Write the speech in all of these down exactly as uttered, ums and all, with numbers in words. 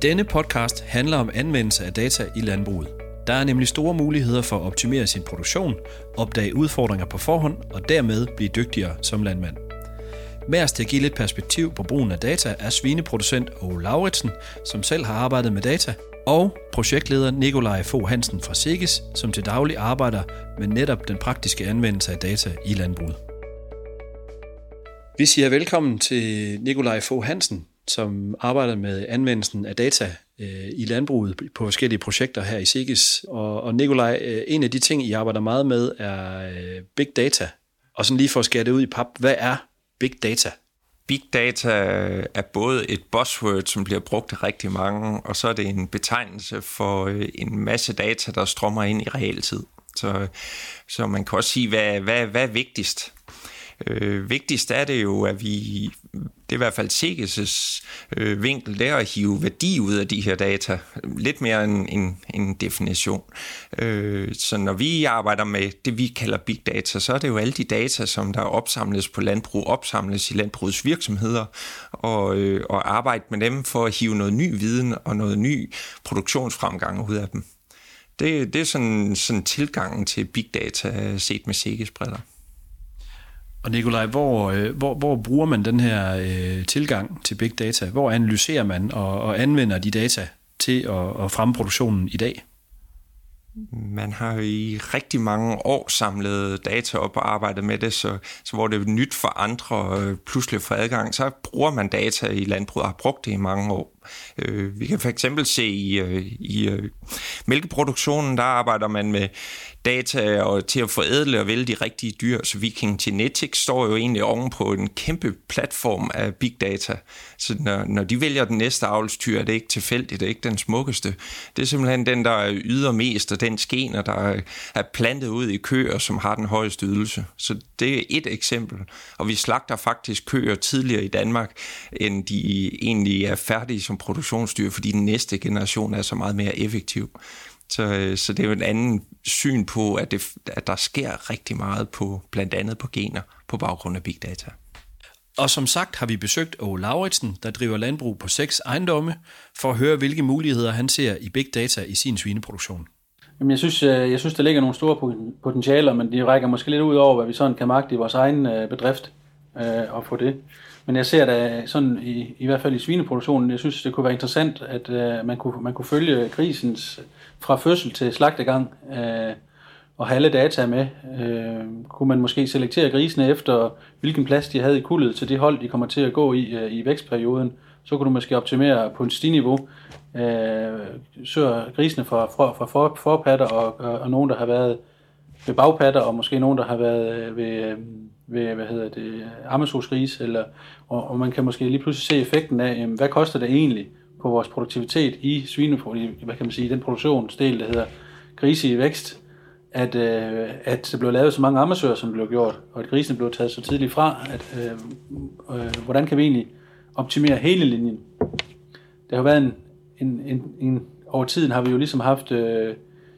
Denne podcast handler om anvendelse af data i landbruget. Der er nemlig store muligheder for at optimere sin produktion, opdage udfordringer på forhånd og dermed blive dygtigere som landmand. Med os til at give lidt perspektiv på brugen af data er svineproducent Aage Lauritsen, som selv har arbejdet med data, og projektleder Nikolaj Fogh Hansen fra Seegis, som til daglig arbejder med netop den praktiske anvendelse af data i landbruget. Vi siger velkommen til Nikolaj Fogh Hansen, som arbejder med anvendelsen af data øh, i landbruget på forskellige projekter her i Seegis. Og, og Nikolaj, øh, en af de ting, I arbejder meget med, er øh, big data. Og sådan lige for at skære det ud i pap, hvad er big data? Big data er både et buzzword, som bliver brugt af rigtig mange, og så er det en betegnelse for en masse data, der strømmer ind i realtid. Så, så man kan også sige, hvad, hvad, hvad er vigtigst? Øh, vigtigst er det jo, at vi, det er i hvert fald Seegis' øh, vinkel, det er at hive værdi ud af de her data. Lidt mere en, en, en definition. Øh, så når vi arbejder med det, vi kalder big data, så er det jo alle de data, som der opsamles på landbrug, opsamles i landbrugets virksomheder, og, øh, og arbejde med dem for at hive noget ny viden og noget ny produktionsfremgang ud af dem. Det, det er sådan, sådan tilgangen til big data set med Seegis briller. Og Nikolaj, hvor, hvor, hvor bruger man den her øh, tilgang til big data? Hvor analyserer man og, og anvender de data til at, at fremme produktionen i dag? Man har jo i rigtig mange år samlet data op og arbejdet med det, så, så hvor det er nyt for andre øh, pludselig for adgang, så bruger man data i landbruget og har brugt det i mange år. Øh, vi kan for eksempel se i, øh, i øh, mælkeproduktionen, der arbejder man med data og til at forædle og vælge de rigtige dyr, så Viking Genetics står jo egentlig oven på en kæmpe platform af big data. Så når, når de vælger den næste avlsdyr, er det ikke tilfældigt, det er ikke den smukkeste. Det er simpelthen den, der yder mest, og den skener, der er plantet ud i køer, som har den højeste ydelse. Så det er et eksempel. Og vi slagter faktisk køer tidligere i Danmark, end de egentlig er færdige som produktionsdyr, fordi den næste generation er så meget mere effektiv. Så, så det er jo en anden syn på, at, det, at der sker rigtig meget på, blandt andet på gener, på baggrund af big data. Og som sagt har vi besøgt Aage Lauritsen, der driver landbrug på seks ejendomme, for at høre, hvilke muligheder han ser i big data i sin svineproduktion. Jamen, jeg synes, jeg synes, der ligger nogle store potentialer, men de rækker måske lidt ud over, hvad vi sådan kan magte i vores egen bedrift øh, og få det. Men jeg ser da sådan, i, i hvert fald i svineproduktionen, jeg synes, det kunne være interessant, at øh, man, kunne, man kunne følge grisens fra fødsel til slagtegang øh, og have alle data med. Øh, kunne man måske selektere grisene efter, hvilken plads de havde i kuldet til det hold, de kommer til at gå i øh, i vækstperioden. Så kunne du måske optimere på et stignivau. Øh, Sørge grisene fra, fra, fra for, forpatter og, og, og nogen, der har været ved bagpatter, og måske nogen, der har været ved, ved hvad hedder det, ammesosgris, eller og, og man kan måske lige pludselig se effekten af, jamen, hvad koster det egentlig på vores produktivitet i svineproduktion, hvad kan man sige, den produktionsdel, der hedder grise i vækst, at, øh, at der blev lavet så mange ammesøer, som blev gjort, og at grisene blev taget så tidligt fra, at øh, øh, hvordan kan vi egentlig optimere hele linjen? Der har været en, en, en, en over tiden har vi jo ligesom haft øh,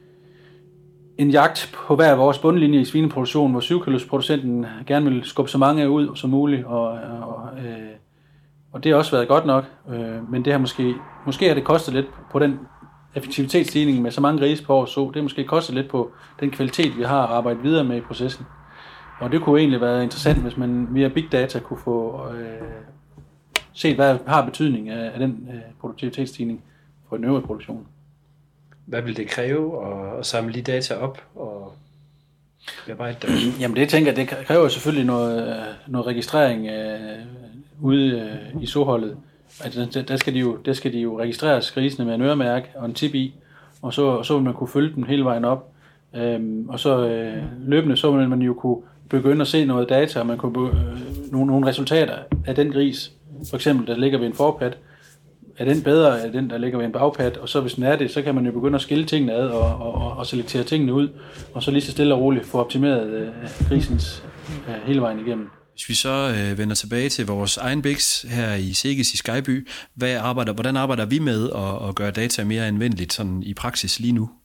en jagt på hver vores bundlinje i svineproduktionen, hvor syvkilosproducenten gerne vil skubbe så mange ud som muligt, og, og, øh, og det har også været godt nok, øh, men det har måske, måske har det kostet lidt på den effektivitetsstigning med så mange grise på år, så det har måske kostet lidt på den kvalitet, vi har at arbejde videre med i processen. Og det kunne egentlig være interessant, hvis man via big data kunne få øh, set, hvad har betydning af, af den øh, produktivitetsstigning for den øvrige produktion. Hvad vil det kræve at, at samle de data op og bearbejde dem? Jamen det tænker jeg, det kræver selvfølgelig noget, noget registrering øh, ude øh, i såholdet. Altså, der, skal de jo, der skal de jo registreres grisene med en øremærke og en tip i, og så, så vil man kunne følge dem hele vejen op. Øhm, og så øh, løbende så vil man jo kunne begynde at se noget data, og man kunne øh, nogle, nogle resultater af den gris, for eksempel der ligger ved en forpat. Er den bedre af den, der ligger ved en bagpat? Og så hvis den er det, så kan man jo begynde at skille tingene ad og, og, og, og selektere tingene ud, og så lige så stille og roligt få optimeret øh, grisens øh, hele vejen igennem. Hvis vi så øh, vender tilbage til vores egen biks her i Seegis i Skyby, hvad arbejder, hvordan arbejder vi med at, at gøre data mere anvendeligt sådan i praksis lige nu?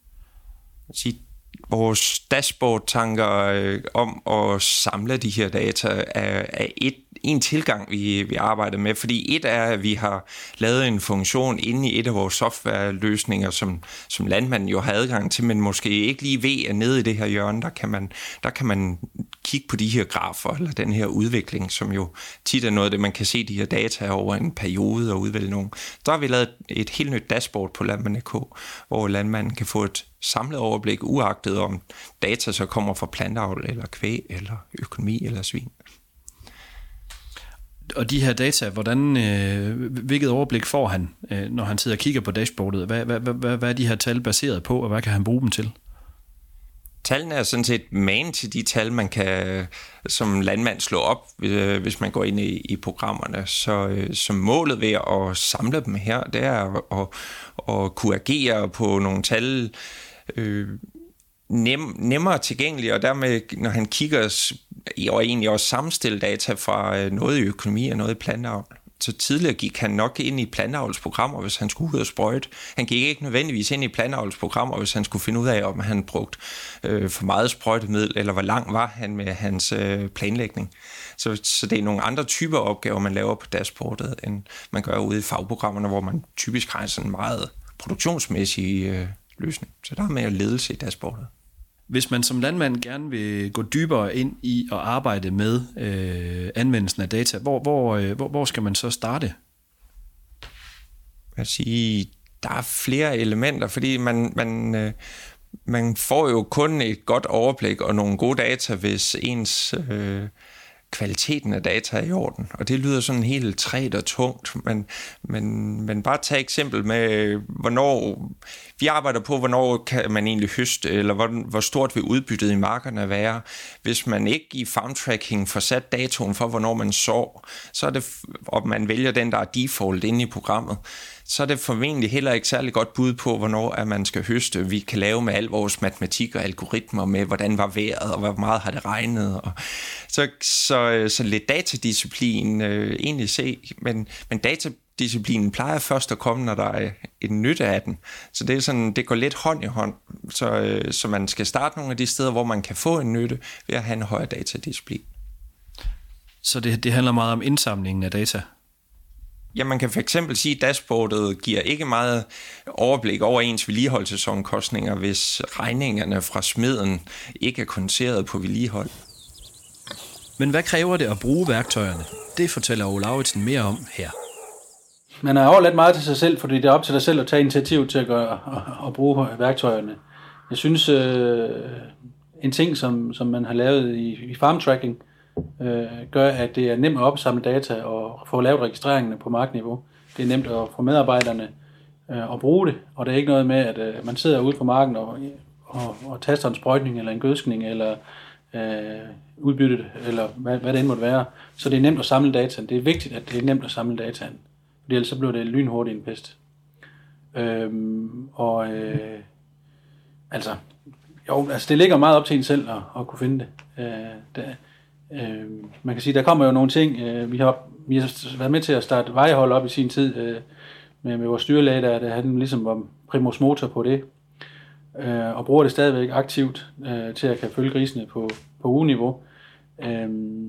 Vores dashboard-tanker øh, om at samle de her data er, er et, en tilgang, vi, vi arbejder med. Fordi et er, at vi har lavet en funktion inde i et af vores softwareløsninger, som, som landmanden jo har adgang til, men måske ikke lige ved, at nede i det her hjørne, der kan man, der kan man kigge på de her grafer, eller den her udvikling, som jo tit er noget af det, man kan se de her data over en periode og udvælge nogle. Der har vi lavet et helt nyt dashboard på Landmand punktum d k, hvor landmanden kan få et samlet overblik, uagtet om data så kommer fra plantavl, eller kvæg, eller økonomi, eller svin. Og de her data, hvordan, øh, hvilket overblik får han, øh, når han sidder og kigger på dashboardet? Hvad, hvad, hvad, hvad er de her tal baseret på, og hvad kan han bruge dem til? Tallene er sådan set man til de tal, man kan som landmand slå op, hvis man går ind i, i programmerne. Så, så målet ved at samle dem her, det er at, at kunne agere på nogle tal øh, nem, nemmere tilgængelige, og dermed, når han kigger, og egentlig også sammenstille data fra noget i økonomi og noget i plantavl. Så tidligere gik han nok ind i plantavlsprogrammer, hvis han skulle ud og sprøjte. Han gik ikke nødvendigvis ind i plantavlsprogrammer, hvis han skulle finde ud af, om han brugt øh, for meget sprøjtemiddel, eller hvor lang var han med hans øh, planlægning. Så, så det er nogle andre typer opgaver, man laver på dashboardet, end man gør ude i fagprogrammerne, hvor man typisk har sådan en meget produktionsmæssig øh, løsning. Så der er mere ledelse i dashboardet. Hvis man som landmand gerne vil gå dybere ind i at arbejde med øh, anvendelsen af data, hvor, hvor, øh, hvor, hvor skal man så starte? Jeg sige, der er flere elementer, fordi man, man, øh, man får jo kun et godt overblik og nogle gode data, hvis ens øh, kvaliteten af data er i orden. Og det lyder sådan helt træt og tungt, men, men, men bare tag eksempel med, hvornår vi arbejder på, hvornår kan man egentlig høste, eller hvor, hvor stort vil udbyttet i markerne være. Hvis man ikke i farm tracking får sat datoen for, hvornår man sår, så er det, og man vælger den, der er default inde i programmet, så er det formentlig heller ikke særlig godt bud på, hvornår at man skal høste. Vi kan lave med al vores matematik og algoritmer med, hvordan var vejret, og hvor meget har det regnet. Og så, så, så lidt datadisciplin øh, egentlig se, men, men datadisciplinen plejer først at komme, når der er en nytte af den. Så det, er sådan, det går lidt hånd i hånd, så, øh, så man skal starte nogle af de steder, hvor man kan få en nytte ved at have en højere datadisciplin. Så det, det handler meget om indsamlingen af data? Ja, man kan for eksempel sige, at dashboardet giver ikke meget overblik over ens vedligeholdelsesomkostninger, hvis regningerne fra smeden ikke er konteret på vedligehold. Men hvad kræver det at bruge værktøjerne? Det fortæller Ole Lauritsen mere om her. Man har overladt meget til sig selv, fordi det er op til dig selv at tage initiativ til at, gøre, at, at bruge værktøjerne. Jeg synes, øh, en ting, som, som man har lavet i, i farm tracking, øh, gør, at det er nemt at opsamle data og få lavet registreringerne på markniveau. Det er nemt at få medarbejderne øh, at bruge det, og det er ikke noget med, at øh, man sidder ude på marken og, og, og taster en sprøjtning eller en gødskning eller øh, udbyttet, eller hvad, hvad det end måtte være. Så det er nemt at samle dataen. Det er vigtigt, at det er nemt at samle dataen, fordi ellers så bliver det lynhurtigt en pest. Øhm, og øh, altså, jo, altså det ligger meget op til en selv at, at kunne finde det. Øh, der, øh, man kan sige, der kommer jo nogle ting. Øh, vi, har, vi har været med til at starte vejhold op i sin tid øh, med, med vores styrlæge, der, der han ligesom var primus motor på det, øh, og bruger det stadigvæk aktivt øh, til at kan følge grisene på, på ugeniveau. Øh,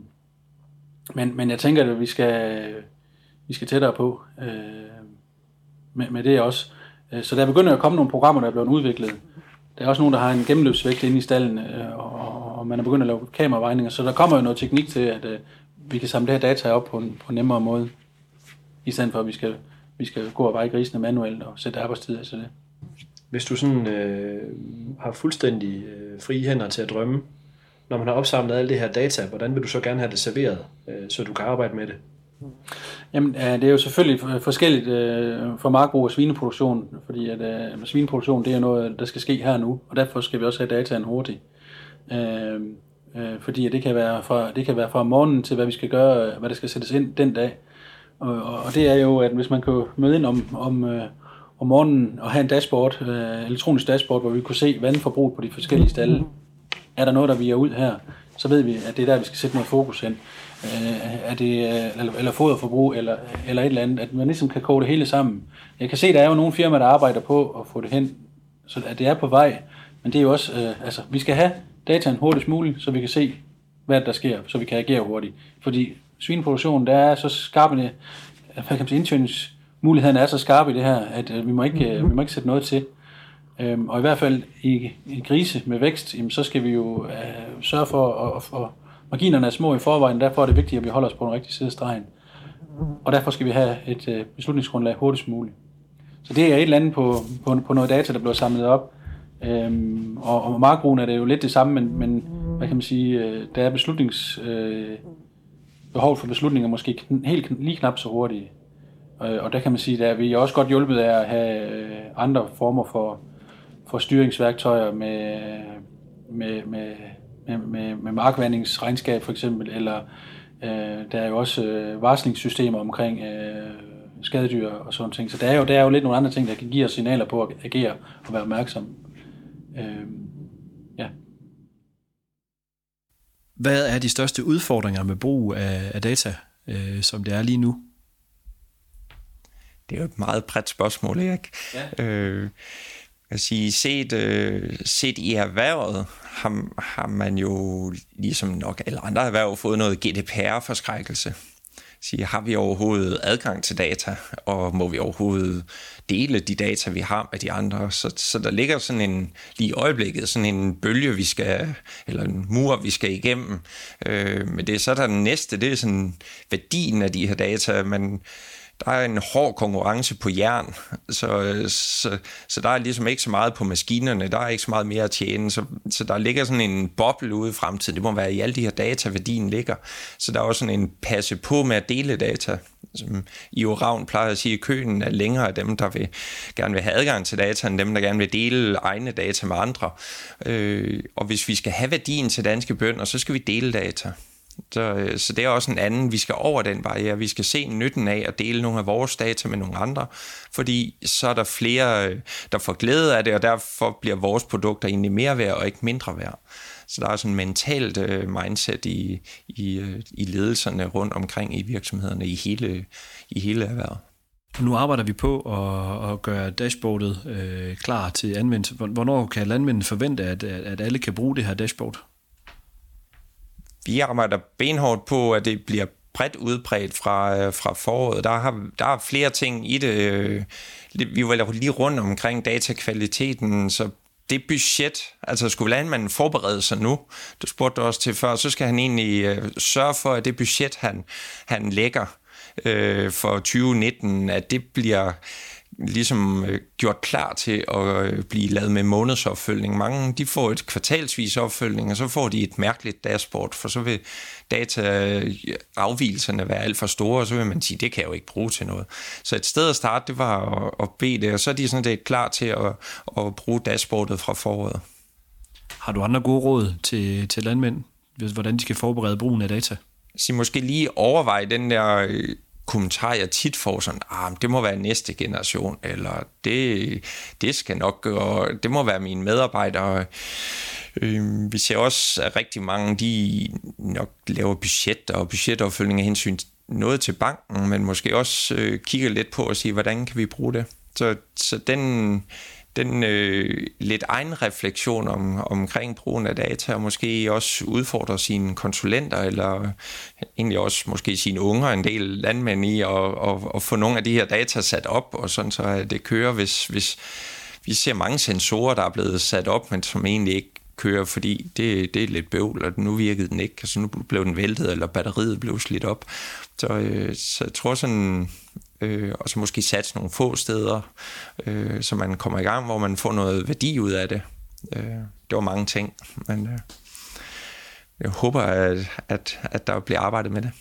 men, men jeg tænker, at vi skal, vi skal tættere på øh, med, med det også. Så der begynder at komme nogle programmer, der er blevet udviklet. Der er også nogen, der har en gennemløbsvægt inde i stallen, og, og man er begyndt at lave kameravejninger, så der kommer jo noget teknik til, at uh, vi kan samle det her data op på en, på en nemmere måde, i stedet for at vi skal, vi skal gå og veje grisene manuelt og sætte arbejdstider til det. Hvis du sådan øh, har fuldstændig øh, frie hænder til at drømme, når man har opsamlet alle det her data, hvordan vil du så gerne have det serveret, øh, så du kan arbejde med det? Jamen, det er jo selvfølgelig forskelligt for markbrug og svineproduktion, fordi at svineproduktion, det er noget, der skal ske her nu, og derfor skal vi også have dataen hurtigt. Fordi det kan være fra, det kan være fra morgenen til, hvad vi skal gøre, hvad der skal sættes ind den dag. Og det er jo, at hvis man kan møde ind om, om, om morgenen og have en dashboard, elektronisk dashboard, hvor vi kunne se vandforbruget på de forskellige stalle, er der noget, der viger ud her, så ved vi, at det er der, vi skal sætte noget fokus hen. Er det, eller, eller foderforbrug, eller, eller et eller andet, at man ligesom kan koge det hele sammen. Jeg kan se, at der er jo nogle firmaer, der arbejder på at få det hen, så at det er på vej, men det er jo også, øh, altså, vi skal have dataen hurtigst muligt, så vi kan se, hvad der sker, så vi kan agere hurtigt. Fordi svineproduktionen, der er så skarp, hvad kan man sige, indtjeningsmuligheden er så skarp i det her, at øh, vi, må ikke, øh, vi må ikke sætte noget til. Øhm, og i hvert fald i, i grise med vækst, jamen, så skal vi jo øh, sørge for, at marginerne er små i forvejen, derfor er det vigtigt, at vi holder os på den rigtige side af stregen. Og derfor skal vi have et øh, beslutningsgrundlag hurtigst muligt. Så det er et eller andet på, på, på noget data, der bliver samlet op. Øhm, og, og markbrugen er det jo lidt det samme, men, men hvad kan man sige, øh, der er beslutnings, øh, behov for beslutninger måske kn- helt lige knap så hurtige. Øh, og der kan man sige, at vi er også godt hjulpet af at have øh, andre former for, for styringsværktøjer med, med, med, med, med, med markvandingsregnskab for eksempel, eller øh, der er jo også øh, varslingssystemer omkring øh, skadedyr og sådan ting. Så der er, jo, der er jo lidt nogle andre ting, der kan give os signaler på at agere og være opmærksom. Øh, ja. Hvad er de største udfordringer med brug af, af data, øh, som det er lige nu? Det er jo et meget bredt spørgsmål, ikke? Ja. Øh, jeg sige, set, øh, set i erhvervet har, har man jo, ligesom nok alle andre erhverv, fået noget G D P R-forskrækkelse. Sige, har vi overhovedet adgang til data, og må vi overhovedet dele de data, vi har med de andre? Så, så der ligger sådan en, lige i øjeblikket, sådan en bølge, vi skal, eller en mur, vi skal igennem. Øh, men det er så der den næste, det er sådan værdien af de her data, men der er en hård konkurrence på jern, så, så, så der er ligesom ikke så meget på maskinerne, der er ikke så meget mere at tjene, så, så der ligger sådan en boble ude i fremtiden. Det må være i alle de her data, værdien ligger. Så der er også sådan en passe på med at dele data. Som Ivo Ravn plejer at sige, at køen er længere af dem, der vil, gerne vil have adgang til data, end dem, der gerne vil dele egne data med andre. Øh, og hvis vi skal have værdien til danske bønder, så skal vi dele data. Så, så det er også en anden, vi skal over den barriere. Vi skal se nytten af at dele nogle af vores data med nogle andre, fordi så er der flere, der får glæde af det, og derfor bliver vores produkter egentlig mere værd og ikke mindre værd. Så der er sådan en mentalt mindset i, i, i ledelserne rundt omkring i virksomhederne i hele, i hele erhvervet. Nu arbejder vi på at, at gøre dashboardet øh, klar til anvendelse. Hvornår kan landmændene forvente, at, at alle kan bruge det her dashboard? Vi arbejder benhårdt på, at det bliver bredt udbredt fra, fra foråret. Der, har, der er flere ting i det. Vi var lige rundt omkring datakvaliteten, så det budget, altså skulle landmanden forberede sig nu, du spurgte også til før, så skal han egentlig sørge for, at det budget, han, han lægger øh, for tyve nitten, at det bliver ligesom gjort klar til at blive lavet med månedsopfølgning. Mange de får et kvartalsvis opfølgning, og så får de et mærkeligt dashboard, for så vil dataafvigelserne være alt for store, og så vil man sige, det kan jeg jo ikke bruge til noget. Så et sted at starte, det var at, at bede det, og så er de sådan set klar til at, at bruge dashboardet fra foråret. Har du andre gode råd til, til landmænd, hvordan de skal forberede brugen af data? Så måske lige overveje den der kommentar, jeg tit får sådan, ah, det må være næste generation, eller det, det skal nok gøre, det må være mine medarbejdere. Øh, vi ser også, at rigtig mange, de nok laver budgetter og budgetopfølgning af hensyn noget til banken, men måske også øh, kigger lidt på og sige, hvordan kan vi bruge det? Så, så den, den øh, lidt egen refleksion om, omkring brugen af data, og måske også udfordre sine konsulenter, eller egentlig også måske sine unger, en del landmænd i, og, og, og få nogle af de her data sat op, og sådan så at det kører, hvis, hvis vi ser mange sensorer, der er blevet sat op, men som egentlig ikke kører, fordi det, det er lidt bøvl, og nu virkede den ikke, altså nu blev den væltet, eller batteriet blev slidt op. Så, øh, så jeg tror sådan, øh, og så måske satse nogle få steder, øh, så man kommer i gang, hvor man får noget værdi ud af det. Øh, det var mange ting, men øh, jeg håber, at, at, at der bliver arbejdet med det.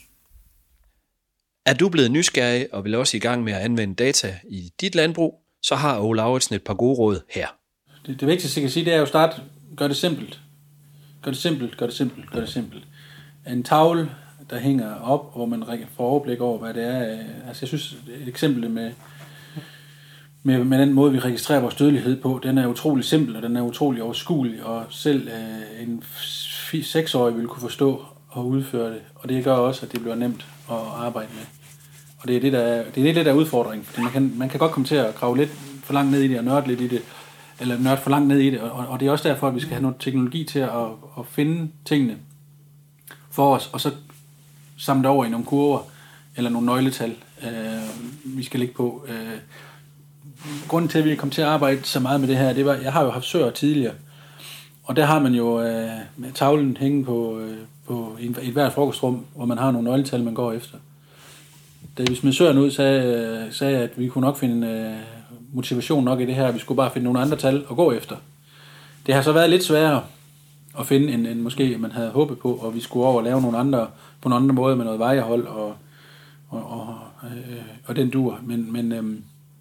Er du blevet nysgerrig og vil også i gang med at anvende data i dit landbrug, så har Aage Lauritsen et par gode råd her. Det, det vigtigste, jeg kan sige, det er jo at starte, gør det simpelt. Gør det simpelt, gør det simpelt, gør det simpelt. En tavle, der hænger op, hvor man får overblik over, hvad det er. Altså jeg synes, et eksempel med, med, med den måde, vi registrerer vores dødelighed på, den er utrolig simpel, og den er utrolig overskuelig, og selv øh, en seksårig vil kunne forstå og udføre det. Og det gør også, at det bliver nemt at arbejde med. Og det er det, der er, det er det, der er udfordringen, fordi man kan, man kan godt komme til at grave lidt for langt ned i det, og nørde lidt i det, eller nørde for langt ned i det, og, og det er også derfor, at vi skal have noget teknologi til at, at finde tingene for os, og så samlet over i nogle kurver, eller nogle nøgletal, øh, vi skal ligge på. Øh, grunden til, at vi kom til at arbejde så meget med det her, det var, jeg har jo haft søer tidligere, og der har man jo øh, med tavlen hænge på, øh, på i, i et hvert frokostrum, hvor man har nogle nøgletal, man går efter. Da vi smed søren ud, sagde, sagde at vi kunne nok finde øh, motivation nok i det her, vi skulle bare finde nogle andre tal at gå efter. Det har så været lidt sværere at finde, end, end måske man havde håbet på, og vi skulle over og lave nogle andre, på nogle andre måder med noget vejehold og, og, og, øh, og den dur. Men, men øh,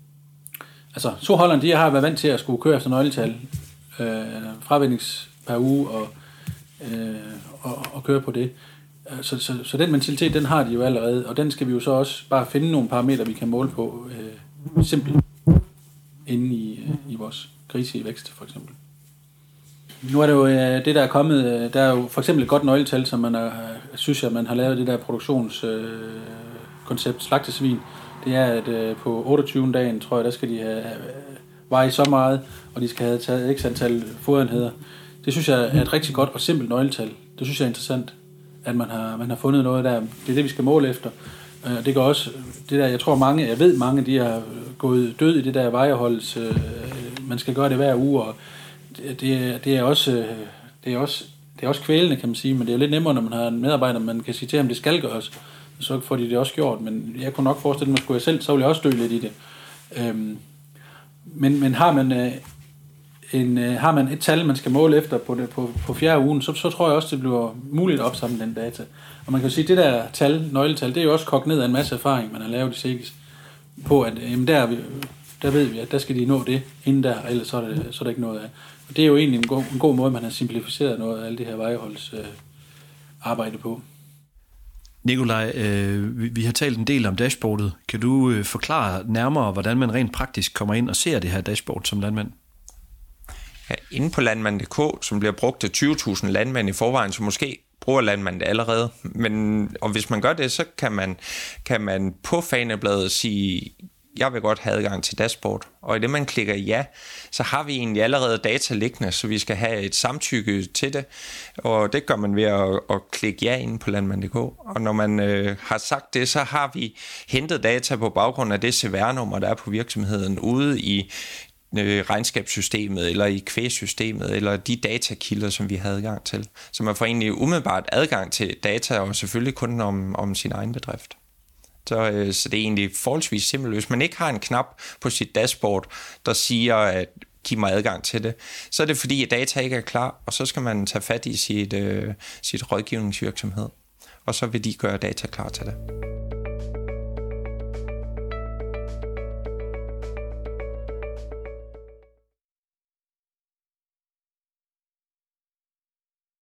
altså, soholderne, de har været vant til at skulle køre efter nøgletal, øh, fravendings per uge og, øh, og, og køre på det. Så, så, så den mentalitet, den har de jo allerede, og den skal vi jo så også bare finde nogle parametre, vi kan måle på, øh, simpelt inde i, øh, i vores grise i vækst, for eksempel. Nu er det jo øh, det, der er kommet, øh, der er jo for eksempel et godt nøgletal, som man er, synes jeg, man har lavet det der produktionskoncept, øh, slagtesvin. Det er, at øh, på otteogtyvende dagen, tror jeg, der skal de have øh, veje så meget, og de skal have taget x antal fodenheder. Det synes jeg er et rigtig godt og simpelt nøgletal. Det synes jeg er interessant, at man har, man har fundet noget der. Det er det, vi skal måle efter. Øh, det går også, det der, jeg tror mange, jeg ved mange, de har gået død i det der vejeholds, øh, man skal gøre det hver uge, og det, det, er også, det, er også, det er også kvælende, kan man sige, men det er lidt nemmere, når man har en medarbejder, man kan sige til ham, det skal gøres, så får de det også gjort, men jeg kunne nok forestille mig, at skulle jeg selv, så ville jeg også dø lidt i det. Øhm, men, men har man øh, en, øh, har man et tal, man skal måle efter på, det, på, på fjerde ugen, så, så tror jeg også, det bliver muligt at opsamle den data. Og man kan sige, at det der tal, nøgletal, det er jo også kogt ned af en masse erfaring, man har lavet i SEGES, på at jamen der, der ved vi, at der skal de nå det inden der, ellers så er, det, så er der ikke noget af. Og det er jo egentlig en god, en god måde, man har simplificeret noget af alle det her vejeholds øh, arbejde på. Nikolaj, øh, vi, vi har talt en del om dashboardet. Kan du øh, forklare nærmere, hvordan man rent praktisk kommer ind og ser det her dashboard som landmand? Ja, inde på landmand punktum d k, som bliver brugt af tyve tusind landmænd i forvejen, så måske bruger landmand det allerede. Men, og hvis man gør det, så kan man, kan man på fanebladet sige, jeg vil godt have adgang til dashboard. Og i det, man klikker ja, så har vi egentlig allerede data liggende, så vi skal have et samtykke til det. Og det gør man ved at, at klikke ja inde på landmand punktum d k. Og når man øh, har sagt det, så har vi hentet data på baggrund af det C V R-nummer, der er på virksomheden ude i øh, regnskabssystemet, eller i kvægsystemet, eller de datakilder, som vi havde adgang til. Så man får egentlig umiddelbart adgang til data, og selvfølgelig kun om, om sin egen bedrift. Så, øh, så det er egentlig forholdsvis simpelt. Hvis man ikke har en knap på sit dashboard, der siger, at giv mig adgang til det, så er det fordi, at data ikke er klar, og så skal man tage fat i sit, øh, sit rådgivningsvirksomhed, og så vil de gøre data klar til det.